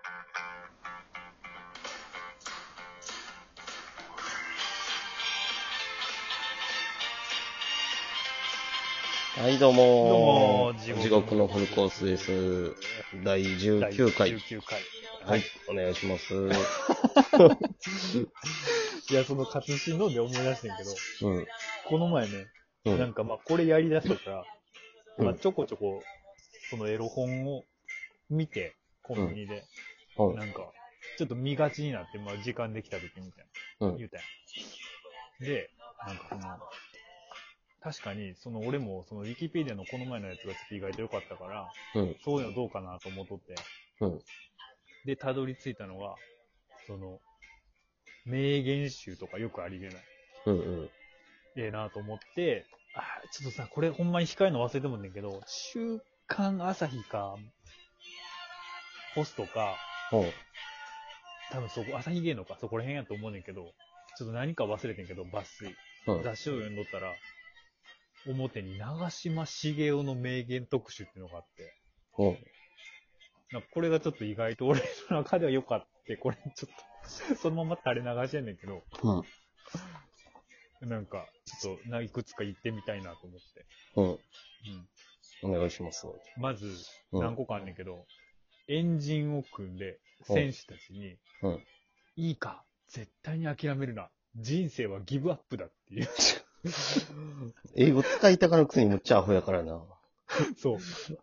はい、どうもどうも地獄のフルコースです。第19回。 19回。 はい、お願いします。 いや、その活心ので思い出してんけど、この前ね、なんかこれやりだしたから、ちょこちょこ、そのエロ本を見て、コンビニで、なんか、ちょっと見がちになって、時間できた時みたいな、言うたやん。で、なんか確かに、俺も、ウィキペディアのこの前のやつがちょっと意外と良かったから、そういうのどうかなと思っとって、で、たどり着いたのが、名言集とかよくありげない。ええなと思って、ちょっとさ、これほんまに控えるの忘れてもんねんけど、週刊朝日か、ポストか、多分朝日芸能か、そこら辺やと思うねんけど、ちょっと何か忘れてんけど、抜粋。雑誌を読んどったら、表に長嶋茂雄の名言特集っていうのがあって、なんかこれがちょっと意外と俺の中では良かった。これちょっと、そのまま垂れ流しやねんけど、なんか、ちょっといくつか言ってみたいなと思って。 お願いします。 まず、何個かあんねんけど、エンジンを組んで、選手たちに、いいか、絶対に諦めるな。人生はギブアップだっていう。 英語使いたがるくせにむっちゃアホやからな。 そう。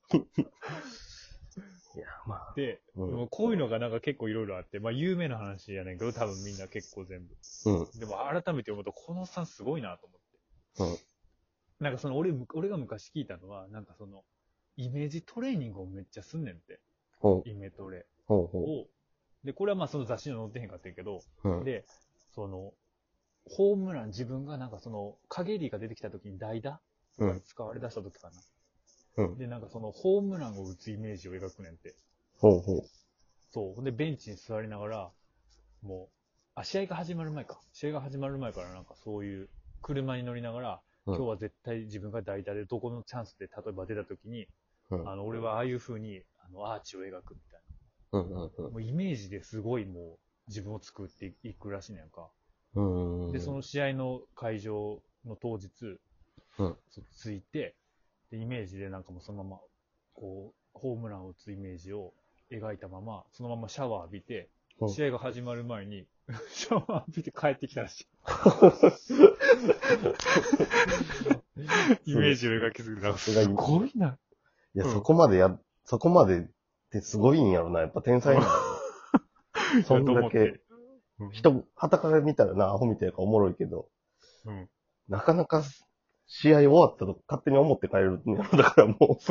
いや、まあ。 で、こういうのがなんか結構いろいろあって、有名な話やねんけど、多分みんな結構全部。でも改めて読むと、このおっさんすごいなと思って。なんか俺が昔聞いたのは、なんかイメージトレーニングをめっちゃすんねんって。イメトレを。で、これはその雑誌に載ってへんかったんやけど、で、ホームラン自分がなんか影リが出てきた時に代打が使われ出した時かな。で、なんかホームランを打つイメージを描くねんって。そう。で、ベンチに座りながら、もう、試合が始まる前か。試合が始まる前からなんかそういう車に乗りながら、今日は絶対自分が代打でどこのチャンスで例えば出た時に、俺はああいう風にアーチを描くみたいな。もうイメージですごいもう自分を作っていくらしいねんか。で、その試合の会場の当日、ついて、で、イメージでなんかもうそのまま、こう、ホームランを打つイメージを描いたまま、そのままシャワー浴びて、試合が始まる前に、シャワー浴びて帰ってきたらしい。イメージを描きすぎた。すごいな。 いや、そこまでってすごいんやろな。やっぱ天才なんやろ。そんだけ。旗から見たらな、アホみたいかおもろいけど。なかなか、試合終わったと勝手に思って帰るんやろ。だからもう。 そう、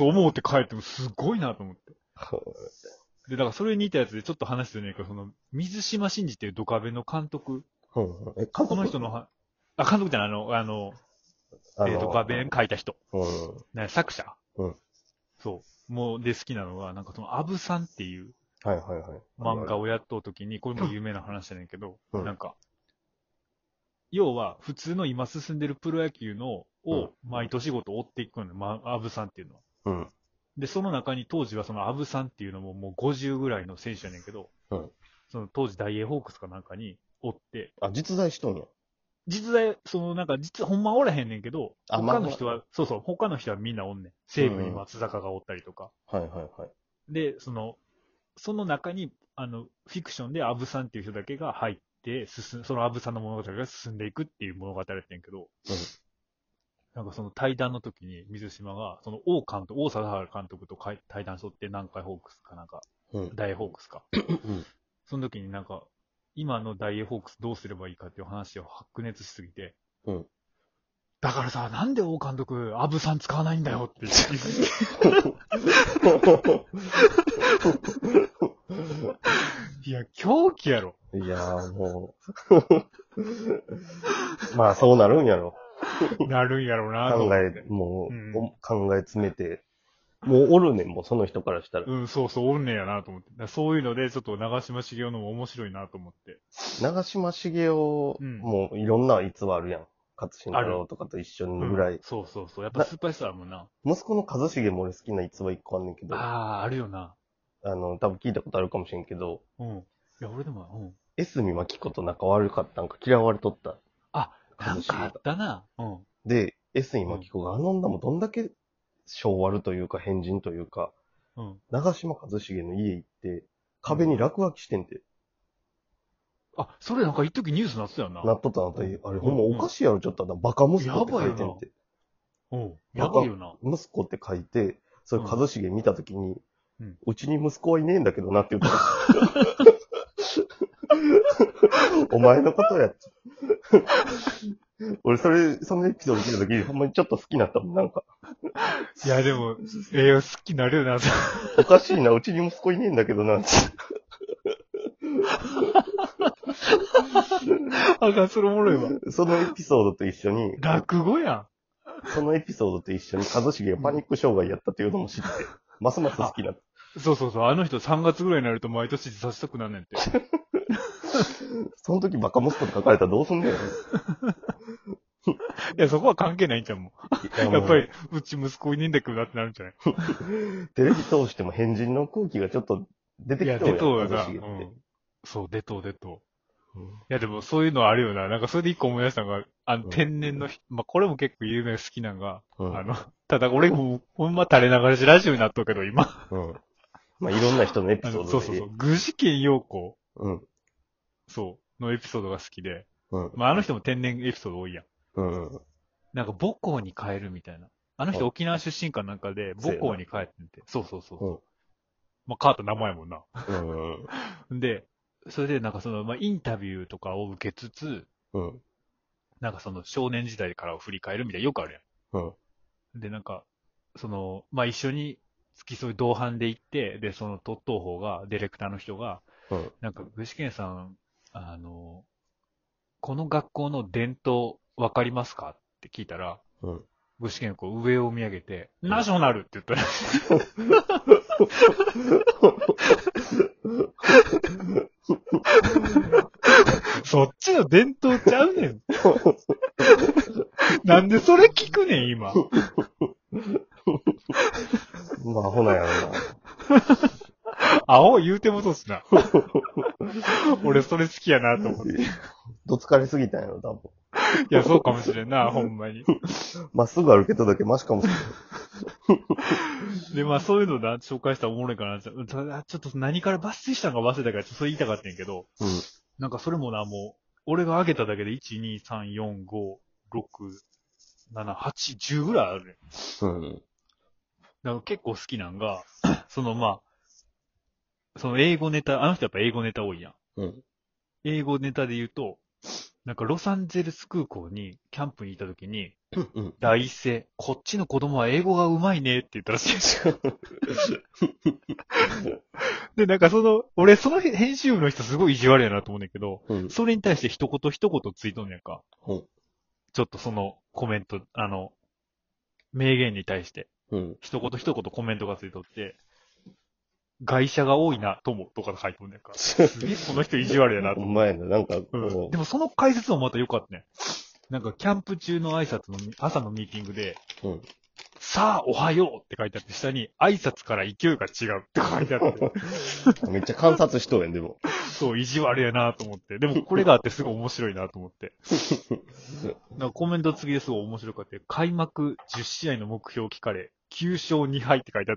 思って帰ってもすごいなと思って。で、だからそれに似たやつでちょっと話してるねんけど、水島新司っていうドカベの監督。 監督この人の監督じゃない、ドカベン書いた人。作者。そう。もう、で好きなのは、なんかアブさんっていう、漫画をやっとうときに、これも有名な話だねんけど、なんか、要は、普通の今進んでるプロ野球を、毎年ごと追っていくの、アブさんっていうのは。で、その中に当時はそのアブさんっていうのももう50ぐらいの選手やねんけど、その当時ダイエーホークスかなんかにおって。 実在しとんや。 実在、ほんまおらへんねんけど、他の人は、他の人はみんなおんねん。西武に松坂がおったりとか。で、その中に、フィクションでアブさんっていう人だけが入って、そのアブさんの物語が進んでいくっていう物語やってんけど、なんかその対談の時に水島が、王貞治監督と対談しとって、南海ホークスかなんか、ダイエーホークスか。その時になんか、今のダイエーホークスどうすればいいかっていう話を白熱しすぎて、だからさ、なんで王監督、アブさん使わないんだよって言って。いや、狂気やろ。 いやーもう。まあそうなるんやろ。 なるんやろうなと思って。 考え詰めて。もうおるねん、もうその人からしたら。 おるねんやなと思って。そういうので、ちょっと長嶋茂雄のも面白いなと思って。 長嶋茂雄もいろんな逸話あるやん。勝新太郎とかと一緒にぐらい。 そう。やっぱスーパースターもな。 息子の一茂も俺好きな逸話一個あんねんけど。 あるよな。 多分聞いたことあるかもしれんけど、 うん。いや、俺でも、うん。 江角真紀子と仲悪かったんか嫌われとった。 あ、なんかあったな。うん。 で、江角真紀子があの女もどんだけ性悪というか変人というか、うん。長嶋一茂の家行って、壁に落書きしてんて。 あ、それなんか一時ニュースなってたよな。 なっとったなった。あれほんまおかしいやろ、ちょっとバカ息子って書いてんて。 うん。やばいよな。 息子って書いて、それ一茂見たときに、うちに息子はいねえんだけどなって言った。お前のことやっちゃ。俺そのエピソード聞いたとき、ほんまにちょっと好きになったもん、なんか。 いや、でも、好きになるよな、 おかしいな、うちに息子いねえんだけどな、 あかん、それおもろいわ。 そのエピソードと一緒に、 落語やん。 そのエピソードと一緒に、一茂がパニック障害やったっていうのも知って、ますます好きになった。 そうそうそう、あの人3月ぐらいになると毎年自殺したくなんねんて。 その時バカ息子って書かれたらどうすんねん。いや、そこは関係ないんちゃうもん。やっぱり、うち息子いねえんだけどなってなるんじゃないテレビ通しても変人の空気がちょっと出てきたよ。 いや、出とうよな。うん。そう、出とう。いや、でもそういうのあるよな。なんかそれで一個思い出したのが、天然の、まあ、これも結構有名好きなのが、ただ俺もほんま垂れ流しラジオになっとうけど、今。 まあ、いろんな人のエピソードで。 そう。具志堅用子。そう。のエピソードが好きで。まあ、あの人も天然エピソード多いやん。なんか母校に帰るみたいな。あの人沖縄出身かなんかで母校に帰ってて。そう。まあ、変わった名前もんな。で、それでなんかまあ、インタビューとかを受けつつ、なんか少年時代からを振り返るみたいなよくあるやん。で、なんか、まあ、一緒に付き添い同伴で行って、で、その撮っとう方が、ディレクターの人が、なんか、具志堅さん、この学校の伝統わかりますかって聞いたら、具志堅こう上を見上げて、ナショナルって言ったらそっちの伝統ちゃうねん。なんでそれ聞くねん、今。 まあ、アホなんやろな。 アホ言うてもとっすな。俺それ好きやなと思って。 どつかれすぎたんやろ、多分。 いや、そうかもしれんな、ほんまに。 まっすぐ歩けただけマシかもしれん。 で、まあそういうのだ、紹介したらおもろいかな。ちょっと何から抜粋したのか忘れたから、ちょっとそれ言いたかったんやけど、なんかそれもな、もう、俺が挙げただけで1、2、3、4、5、6、7、8、10ぐらいあるね。だから結構好きなんが、まあ、英語ネタ、あの人やっぱ英語ネタ多いやん。英語ネタで言うと、なんかロサンゼルス空港にキャンプにいたときに、第一声、こっちの子供は英語が上手いねって言ったらしいんですよ。で、なんか俺その編集部の人すごい意地悪やなと思うんだけど、それに対して一言一言ついとんねんか。ちょっとコメント、名言に対して、一言一言コメントがついとって、外車が多いな、とも、とか書いてるんねんか。すげえこの人意地悪やなと思って。 お前な、なんか、 でもその解説もまた良かったね。なんかキャンプ中の挨拶の朝のミーティングで、さあ、おはようって書いてあって、下に挨拶から勢いが違うって書いてあって。 めっちゃ観察しとうやん、でも。 そう、意地悪やなと思って。でもこれがあってすごい面白いなと思って。なんかコメント次ですごい面白かった。開幕10試合の目標を聞かれ、9勝2敗って書いてあって。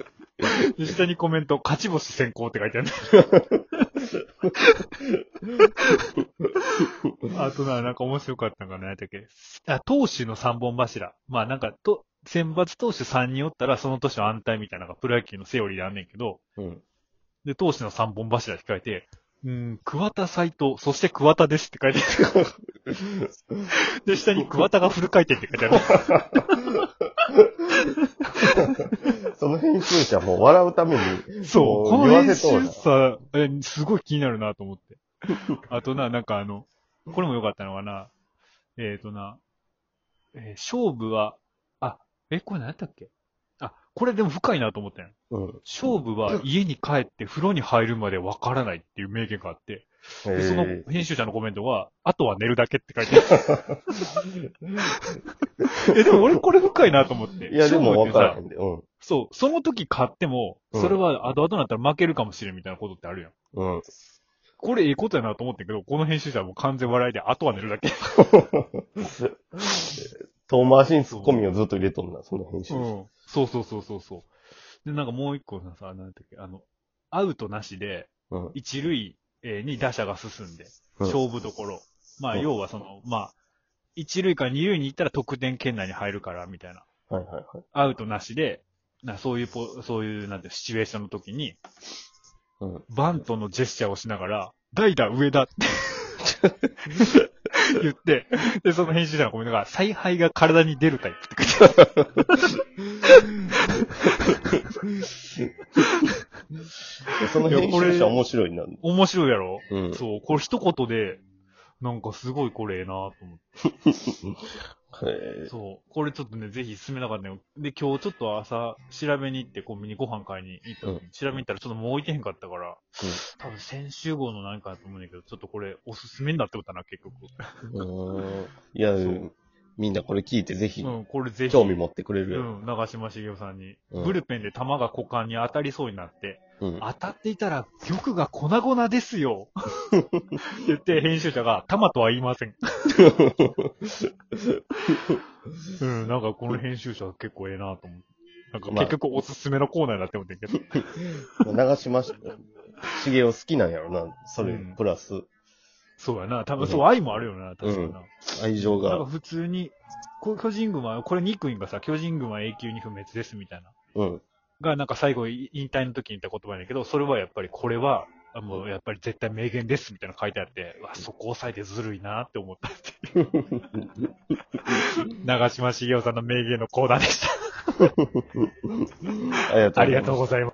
で下にコメント、勝ち星先行って書いてある。あとなんか面白かったのかな、何だっけ。投手の3本柱。まあなんか、選抜投手3人おったらその年の安泰みたいなのがプロ野球のセオリーであんねんけど、で、投手の3本柱って書いて、桑田斎藤、そして桑田ですって書いてある。で、下に桑田がフル回転って書いてある。 その編集者も笑うために。 そう、この編集さ、すごい気になるなと思って。あとなんかこれも良かったのかな。勝負は、これ何やったっけ？これでも深いなと思ったよ。勝負は家に帰って風呂に入るまでわからないっていう名言があって、でその編集者のコメントは、あとは寝るだけって書いてある。でも俺これ深いなと思って。 いや、でもわからへんで。 そう、その時勝っても、それは後々になったら負けるかもしれんみたいなことってあるやん。 うん。 これいいことやなと思ってんけど、この編集者はもう完全笑いで、後は寝るだけ。 遠回しにツッコミをずっと入れとんな、その編集者。 うん。そうそうそうそうそう。で、なんかもう一個さ、なんだっけ、アウトなしで、一塁に打者が進んで、勝負どころ。まあ、要はまあ、一塁から二塁に行ったら得点圏内に入るから、みたいな。 はいはいはい。 アウトなしで、そういう、なんて、シチュエーションの時に、バントのジェスチャーをしながら、代打上田って言って、で、その編集者のコメントが、采配が体に出るタイプって書いてある。 その編集者面白いな。 面白いやろ、そう、これ一言で、なんかすごいこれええなと思って。そう。これちょっとね、ぜひ進めなかったよ。で、今日ちょっと朝、調べに行ってコンビニご飯買いに行った時に、調べに行ったらちょっともう置いてへんかったから、多分先週号の何かだと思うんだけど、ちょっとこれおすすめになってことな、結局。 いや、みんなこれ聞いてぜひ、 これぜひ。 興味持ってくれるよ。長嶋茂雄さんに、ブルペンで球が股間に当たりそうになって、当たっていたら玉が粉々ですよ。言って、編集者が、玉とは言いません。なんかこの編集者結構ええなと思って。なんか結局おすすめのコーナーになって思ってんけど。長嶋茂雄好きなんやろな、それ、プラス。 そうやな。多分そう、愛もあるよな、確かにな。 愛情が。 なんか普通に、巨人軍は、これニクインがさ、巨人軍は永久に不滅ですみたいな。が、なんか最後、引退の時に言った言葉やけど、それはやっぱりこれは、もうやっぱり絶対名言ですみたいなの書いてあって、うわ、そこ押さえてずるいなって思ったっていう。長嶋茂雄さんの名言のコーナーでした。ありがとうございます。